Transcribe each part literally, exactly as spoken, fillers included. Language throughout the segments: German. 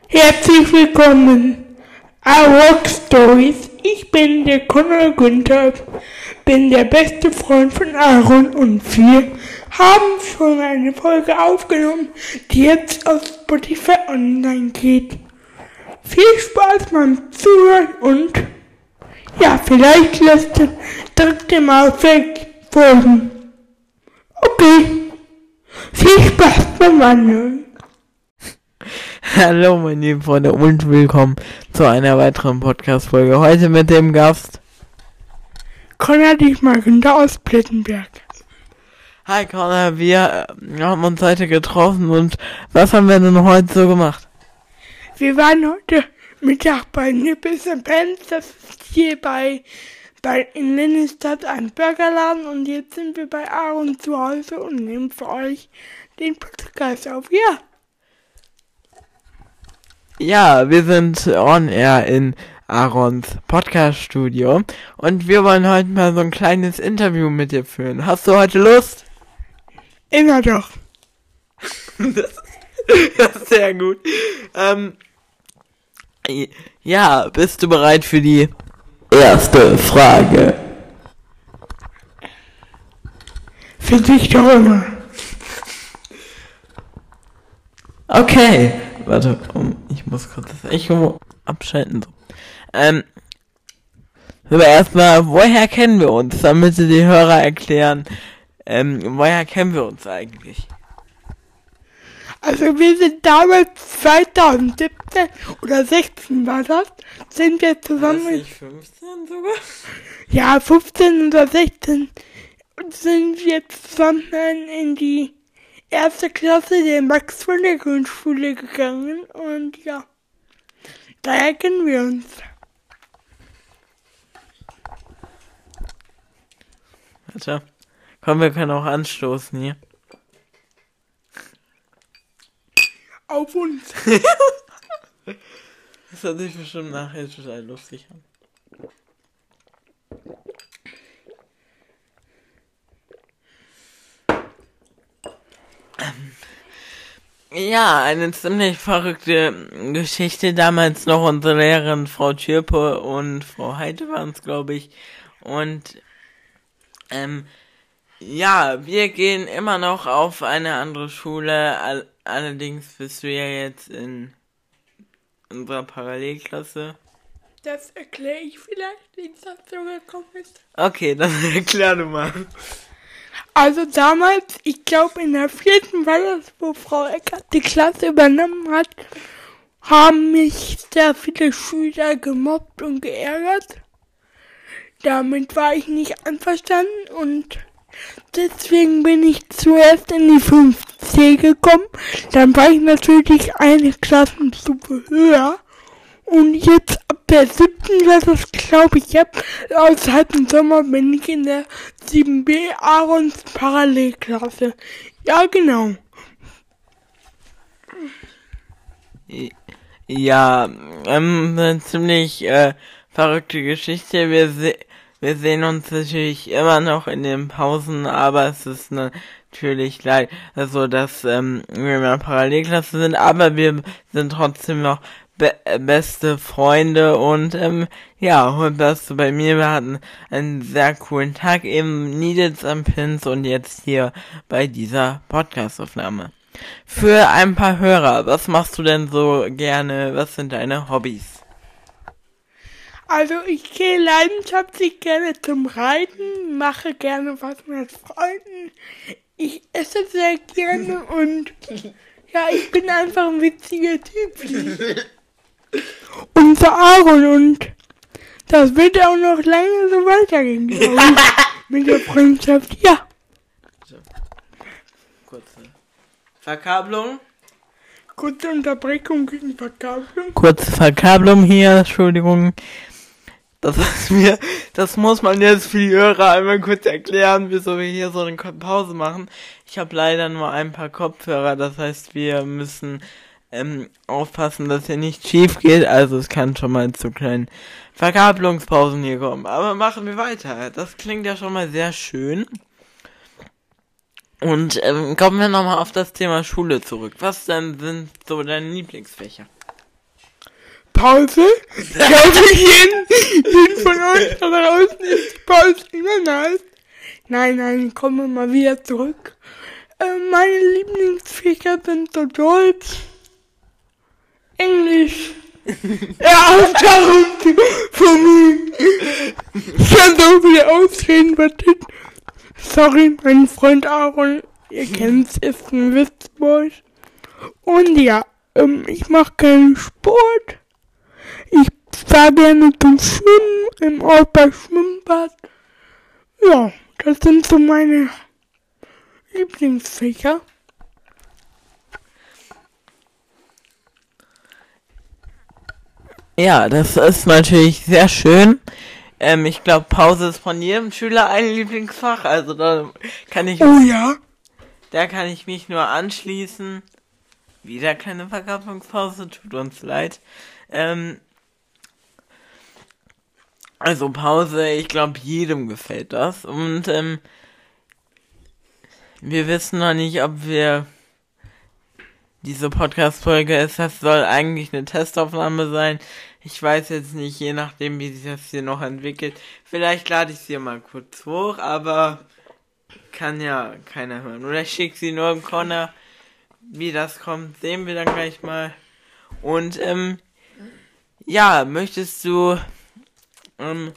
Herzlich willkommen à Rock Stories. Ich bin der Conor Günther, bin der beste Freund von Aaron und wir haben schon eine Folge aufgenommen, die jetzt auf Spotify online geht. Viel Spaß beim Zuhören und ja, vielleicht lässt du direkt im Aufweg folgen. Okay, viel Spaß beim Anhören. Hallo meine lieben Freunde und willkommen zu einer weiteren Podcast-Folge. Heute mit dem Gast Conor Dietmar Günther aus Plettenberg. Hi Conor, wir äh, haben uns heute getroffen und was haben wir denn heute so gemacht? Wir waren heute Mittag bei Nippes and Pants, das ist hier bei, bei in Lennestadt ein Burgerladen und jetzt sind wir bei Aaron zu Hause und nehmen für euch den Podcast auf. Ja. Ja, wir sind on air in Aarons Podcast-Studio und wir wollen heute mal so ein kleines Interview mit dir führen. Hast du heute Lust? Immer doch. das, das ist sehr gut. Ähm, ja, bist du bereit für die erste Frage? Für dich doch immer. Okay. Warte, um, ich muss kurz das Echo abschalten. So. Ähm, aber erstmal, woher kennen wir uns, damit Sie die Hörer erklären, ähm, woher kennen wir uns eigentlich? Also wir sind damals zwanzig siebzehn oder sechzehn war das, sind wir zusammen... War das nicht fünfzehn sogar? Ja, fünfzehn oder sechzehn und sind wir zusammen in die erste Klasse der Max von der Grundschule gegangen und ja, daher kennen wir uns. Warte, komm, wir können auch anstoßen hier. Auf uns. Das hört sich bestimmt nachher total lustig an. Ja, eine ziemlich verrückte Geschichte. Damals noch unsere Lehrerin Frau Tschirpe und Frau Heide waren es, glaube ich. Und ähm, ja, wir gehen immer noch auf eine andere Schule. All- allerdings bist du ja jetzt in unserer Parallelklasse. Das erkläre ich vielleicht, wie das so gekommen ist. Okay, dann erklär du mal. Also damals, ich glaube in der vierten war das, wo Frau Eckert die Klasse übernommen hat, haben mich sehr viele Schüler gemobbt und geärgert. Damit war ich nicht einverstanden und deswegen bin ich zuerst in die fünf C gekommen. Dann war ich natürlich eine Klassenstufe höher. Und jetzt ab der siebten Klasse, glaube ich, jetzt außerhalb dem Sommer bin ich in der sieben B Aarons Parallelklasse. Ja, genau. Ja, ähm, eine ziemlich äh, verrückte Geschichte. Wir, se- wir sehen uns natürlich immer noch in den Pausen, aber es ist natürlich leid, also dass ähm, wir in einer Parallelklasse sind, aber wir sind trotzdem noch be- beste Freunde und ähm, ja, und das bei mir, wir hatten einen sehr coolen Tag, eben Needles am Pins und jetzt hier bei dieser Podcast-Aufnahme. Für ein paar Hörer, was machst du denn so gerne, was sind deine Hobbys? Also ich gehe leidenschaftlich gerne zum Reiten, mache gerne was mit Freunden. Ich esse sehr gerne und ja, ich bin einfach ein witziger Typ. Unser Aaron und das wird auch noch lange so weitergehen, glaube ich, mit der Freundschaft, ja. Kurze Verkabelung. Kurze Unterbrechung gegen Verkabelung. Kurze Verkabelung hier, Entschuldigung. Das ist mir, das muss man jetzt für die Hörer einmal kurz erklären, wieso wir hier so eine Pause machen. Ich habe leider nur ein paar Kopfhörer, das heißt, wir müssen ähm, aufpassen, dass hier nicht schief geht. Also es kann schon mal zu kleinen Verkabelungspausen hier kommen. Aber machen wir weiter. Das klingt ja schon mal sehr schön. Und ähm, kommen wir nochmal auf das Thema Schule zurück. Was denn sind so deine Lieblingsfächer? Pause. Ich glaube, jeden, jeden von euch da draußen ist die Pause immer nice. Nein, nein, kommen wir mal wieder zurück. Äh, meine Lieblingsfächer sind so Deutsch, Englisch. Ja, Aufgaben von mir. Ich kann so viel ausreden, was ist. Sorry, mein Freund Aaron, ihr kennt's, ist ein Witzboy. Und ja, ähm, ich mache keinen Sport. Ich fahr gerne zum Schwimmen im Ort bei Schwimmbad. Ja, das sind so meine Lieblingsfächer. Ja, das ist natürlich sehr schön. Ähm, ich glaube, Pause ist von jedem Schüler ein Lieblingsfach, also da kann ich, Oh ja. da kann ich mich nur anschließen. Wieder keine Verkopfungspause, tut uns leid. Ähm, also Pause, ich glaube, jedem gefällt das. Und ähm, wir wissen noch nicht, ob wir diese Podcast-Folge ist, das soll eigentlich eine Testaufnahme sein. Ich weiß jetzt nicht, je nachdem, wie sich das hier noch entwickelt. Vielleicht lade ich sie mal kurz hoch, aber kann ja keiner hören. Oder ich schicke sie nur im Corner. Wie das kommt, sehen wir dann gleich mal. Und, ähm, ja, möchtest du, ähm,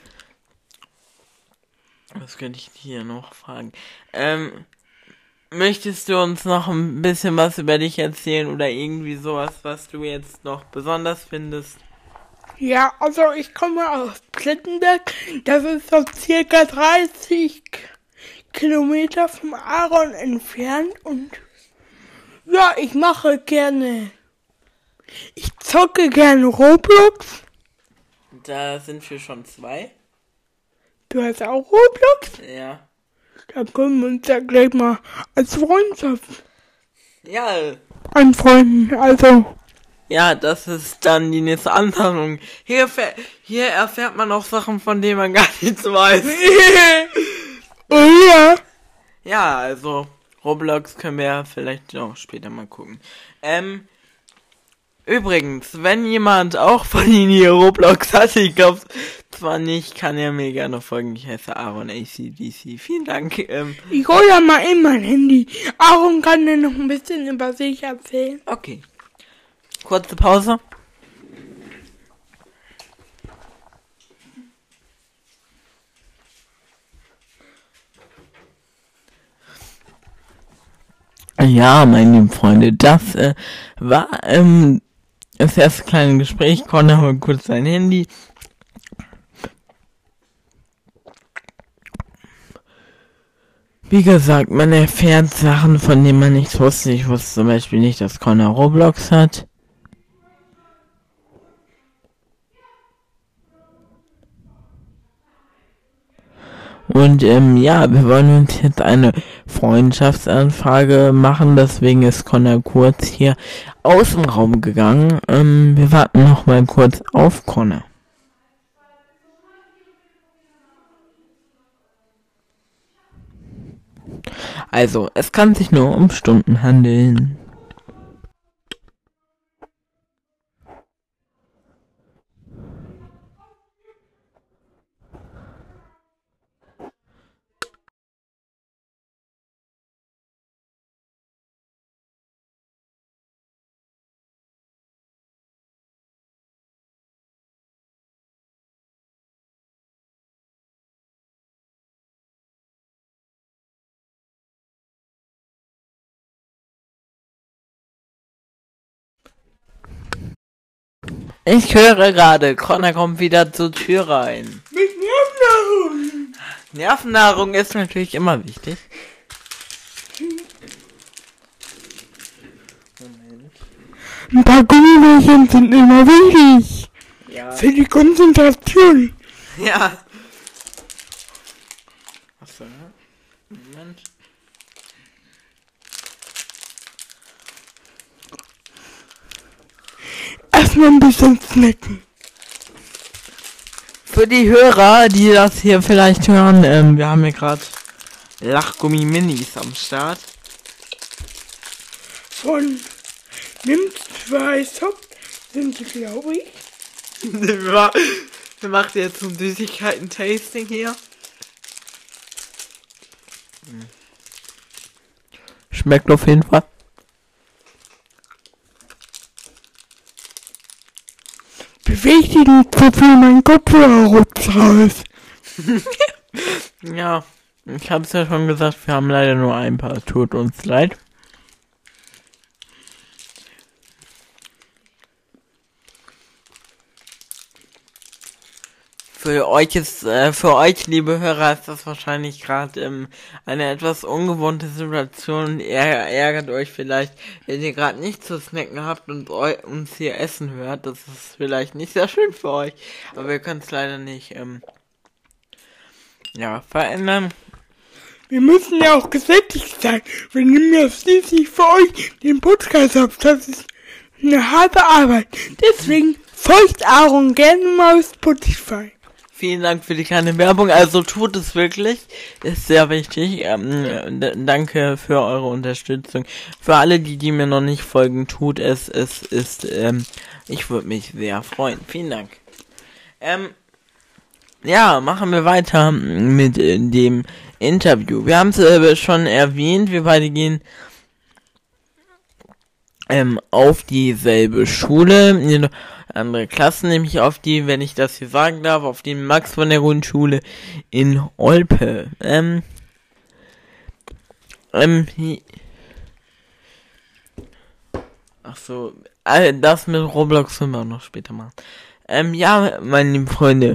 was könnte ich hier noch fragen? Ähm, möchtest du uns noch ein bisschen was über dich erzählen oder irgendwie sowas, was du jetzt noch besonders findest? Ja, also ich komme aus Plettenberg. Das ist so circa dreißig Kilometer vom Aaron entfernt. Und ja, ich mache gerne, ich zocke gerne Roblox. Da sind wir schon zwei. Du hast auch Roblox? Ja. Da können wir uns ja gleich mal als Freundschaft Ja. anfreunden. Also, Ja, das ist dann die nächste Ansammlung. Hier, erfähr- hier erfährt man auch Sachen, von denen man gar nichts weiß. oh ja. Ja, also Roblox können wir ja vielleicht auch später mal gucken. Ähm, übrigens, wenn jemand auch von Ihnen hier Roblox hat, ich glaube zwar nicht, kann er mir gerne folgen. Ich heiße Aaron A C D C. Vielen Dank. Ähm, Ich hole ja mal in mein Handy. Aaron kann dir noch ein bisschen über sich erzählen. okay. Kurze Pause. Ja, meine lieben Freunde, das äh, war ähm, das erste kleine Gespräch. Conor mal kurz sein Handy. Wie gesagt, man erfährt Sachen, von denen man nichts wusste. Ich wusste zum Beispiel nicht, dass Conor Roblox hat. Und ähm, ja, wir wollen uns jetzt eine Freundschaftsanfrage machen, deswegen ist Conor kurz hier aus dem Raum gegangen. Ähm, wir warten noch mal kurz auf Conor. Also, es kann sich nur um Stunden handeln. Ich höre gerade, Conor kommt wieder zur Tür rein. Mit Nervennahrung. Nervennahrung ist natürlich immer wichtig. Moment. Ein paar Gummibärchen sind immer wichtig. Ja. Für die Konzentration. Ja. Achso, ne? Moment. Erstmal ein bisschen snacken. Für die Hörer, die das hier vielleicht hören, ähm, wir haben hier gerade Lachgummi-Minis am Start. Von Nimm zwei Soft sind sie, glaube ich. Wir machen jetzt so ein Süßigkeiten-Tasting hier. Schmeckt auf jeden Fall. Beweg dich nicht so viel, mein Kopfhörer rutscht raus. Ja, ich hab's ja schon gesagt, wir haben leider nur ein paar. Tut uns leid. Für euch ist, äh, für euch, liebe Hörer, ist das wahrscheinlich gerade ähm, eine etwas ungewohnte Situation. Ihr ärgert euch vielleicht, wenn ihr gerade nichts zu snacken habt und eu uns hier essen hört. Das ist vielleicht nicht sehr schön für euch, aber wir können es leider nicht, ähm, ja, verändern. Wir müssen ja auch gesättigt sein. Wir nehmen ja schließlich für euch den Podcast auf. Das ist eine harte Arbeit. Deswegen folgt Aaron gerne mal auf Spotify. Vielen Dank für die kleine Werbung. Also tut es wirklich. Ist sehr wichtig. Ähm, d- danke für eure Unterstützung. Für alle, die, die mir noch nicht folgen, tut es. Es ist, ähm, ich würde mich sehr freuen. Vielen Dank. Ähm, ja, machen wir weiter mit äh, dem Interview. Wir haben es äh, schon erwähnt. Wir beide gehen ähm, auf dieselbe Schule, in andere Klassen, nämlich auf die, wenn ich das hier sagen darf, auf die Max von der Grundschule in Olpe. Ähm, ähm, hi- ach so, äh, das mit Roblox können wir auch noch später machen. Ähm, ja, meine lieben Freunde,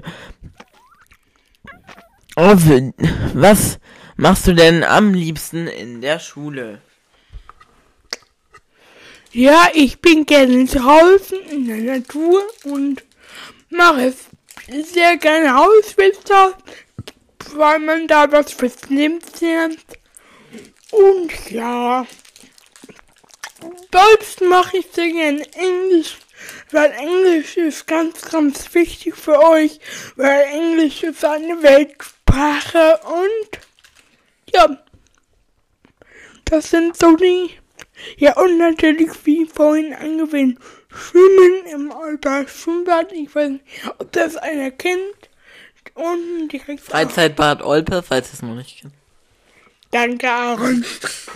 auf, was machst du denn am liebsten in der Schule? Ja, ich bin gerne draußen in der Natur und mache es sehr gerne Hauswirtschaft, weil man da was fürs Leben lernt. Und ja, Deutsch mache ich sehr gerne Englisch, weil Englisch ist ganz, ganz wichtig für euch, weil Englisch ist eine Weltsprache und ja, das sind so die. Ja, und natürlich, wie vorhin angewähnt, Schwimmen im Alter Schwimmbad. Ich weiß nicht, ob das einer kennt. Und direkt. Freizeitbad Olpe, falls ihr es noch nicht kennt. Danke, Aaron.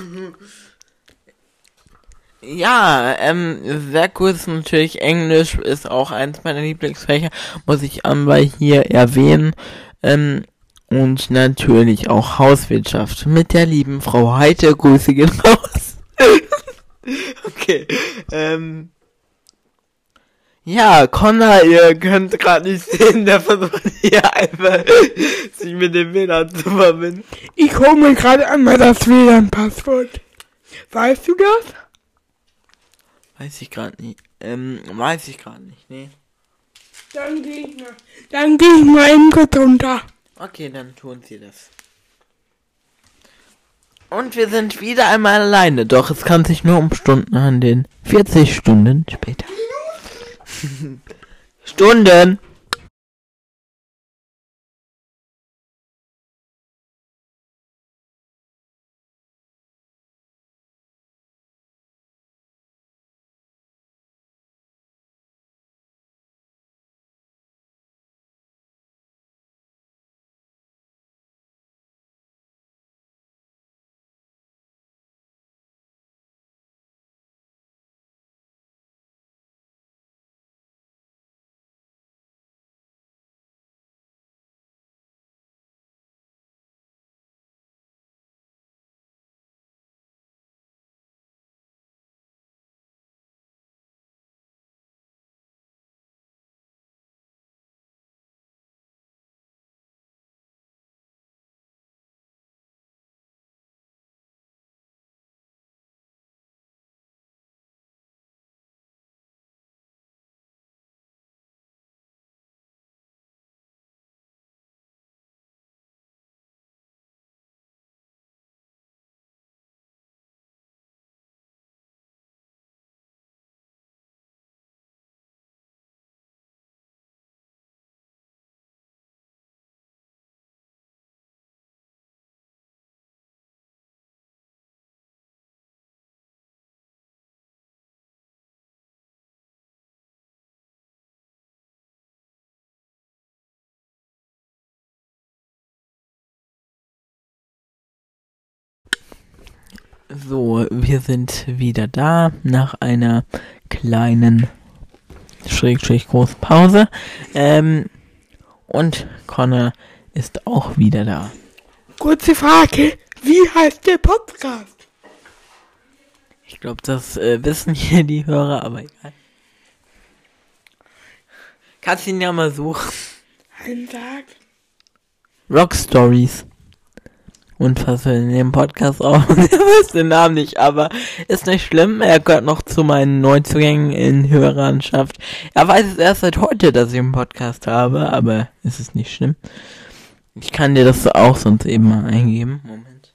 Ja, ähm, sehr cool ist natürlich Englisch, ist auch eins meiner Lieblingsfächer, muss ich aber hier erwähnen. Ähm, und natürlich auch Hauswirtschaft mit der lieben Frau Heite. Grüße gehen raus. Okay, ähm. Ja, Connor, ihr könnt gerade nicht sehen, der versucht hier einfach sich mit dem W L A N zu verbinden. Ich hole mir gerade einmal das W L A N-Passwort. Weißt du das? Weiß ich gerade nicht. Ähm, weiß ich gerade nicht, nee. Dann geh ich mal. Dann geh ich mal eben kurz runter. Okay, dann tun sie das. Und wir sind wieder einmal alleine, doch es kann sich nur um Stunden handeln. vierzig Stunden später. Stunden! So, wir sind wieder da nach einer kleinen, schrägstrich großen Pause. Ähm, und Connor ist auch wieder da. Kurze Frage, wie heißt der Podcast? Ich glaube, das äh, wissen hier die Hörer, aber egal. Kannst ihn ja mal suchen. Einen Tag. Rock Stories. Und was wir in dem Podcast auch, ihr wisst den Namen nicht, aber ist nicht schlimm, er gehört noch zu meinen Neuzugängen in Hörerschaft. Er weiß es erst seit heute, dass ich einen Podcast habe, aber es ist nicht schlimm. Ich kann dir das auch sonst eben mal eingeben. Moment.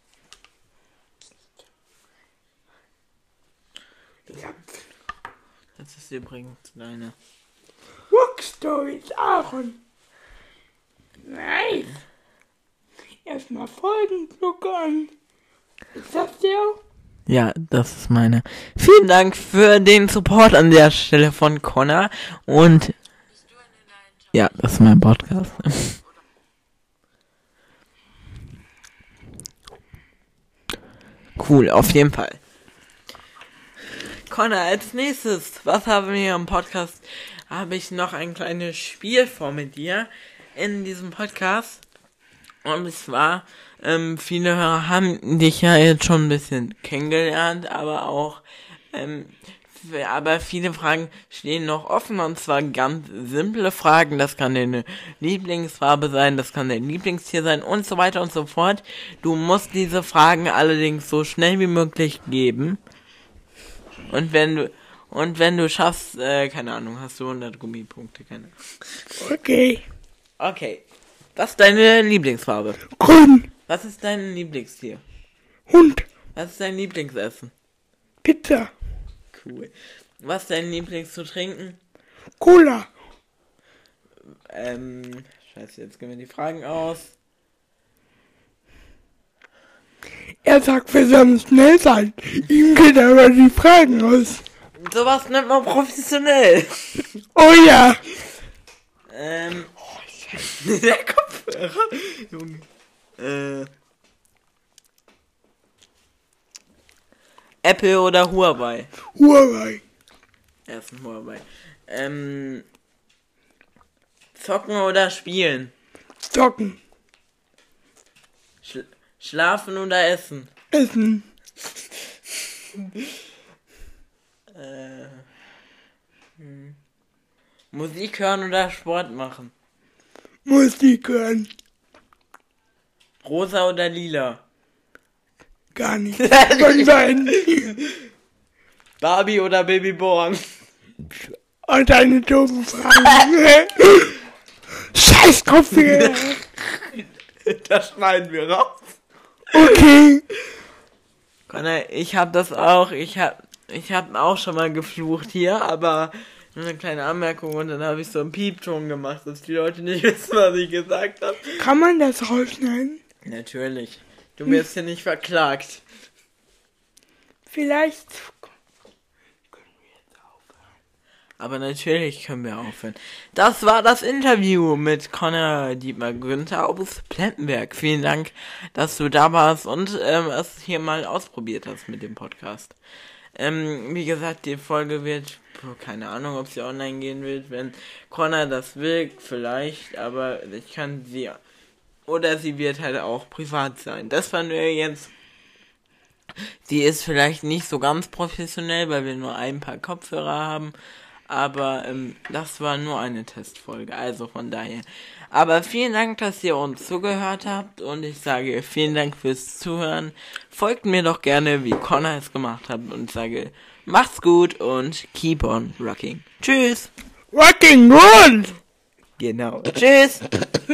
Das ist übrigens deine Rock Stories, Aaron. Nice. Erstmal Folgenglocke an. Ist das der? Ja, das ist meine. Vielen Dank für den Support an der Stelle von Connor. Und ja, das ist mein Podcast. Cool, auf jeden Fall. Connor, als nächstes, was haben wir hier im Podcast? Habe ich noch ein kleines Spiel vor mit dir in diesem Podcast. Und zwar, ähm, viele Hörer haben dich ja jetzt schon ein bisschen kennengelernt, aber auch, ähm, f- aber viele Fragen stehen noch offen, und zwar ganz simple Fragen. Das kann deine Lieblingsfarbe sein, das kann dein Lieblingstier sein und so weiter und so fort. Du musst diese Fragen allerdings so schnell wie möglich geben. Und wenn du, und wenn du schaffst, äh, keine Ahnung, hast du hundert Gummipunkte, keine Ahnung. Okay. Okay. Was ist deine Lieblingsfarbe? Grün. Was ist dein Lieblingstier? Hund. Was ist dein Lieblingsessen? Pizza. Cool. Was ist dein Lieblings zu trinken? Cola. Ähm, scheiße, jetzt gehen wir die Fragen aus. Er sagt, wir sollen schnell sein. Ihm geht aber die Fragen aus. Sowas nennt man professionell. Oh ja. Ähm, der Kopfhörer. Junge. Äh, Apple oder Huawei? Huawei. Erst ein Huawei. Ähm, zocken oder spielen? Zocken. Sch- schlafen oder essen? Essen. Äh, hm. Musik hören oder Sport machen? Musik hören. Rosa oder lila? Gar nicht. Kann sein. Barbie oder Babyborn? Und eine doofe Frage. Scheiß Kopfhörer. Das schneiden wir raus. Okay. Connor, ich hab das auch, ich hab, ich hab auch schon mal geflucht hier, aber nur eine kleine Anmerkung und dann habe ich so einen Piepton gemacht, dass die Leute nicht wissen, was ich gesagt habe. Kann man das rausschneiden? Natürlich. Du wirst hier nicht verklagt. Vielleicht. Aber natürlich können wir aufhören. Das war das Interview mit Connor Dietmar Günther aus Plettenberg. Vielen Dank, dass du da warst und ähm, es hier mal ausprobiert hast mit dem Podcast. Ähm, wie gesagt, die Folge wird, keine Ahnung, ob sie online gehen wird, wenn Connor das will, vielleicht, aber ich kann sie, oder sie wird halt auch privat sein. Das fanden wir jetzt, sie ist vielleicht nicht so ganz professionell, weil wir nur ein paar Kopfhörer haben, aber ähm, das war nur eine Testfolge, also von daher. Aber vielen Dank, dass ihr uns zugehört habt und ich sage vielen Dank fürs Zuhören. Folgt mir doch gerne, wie Connor es gemacht hat und sage macht's gut und keep on rocking. Tschüss. Rocking Roll! Genau. Tschüss.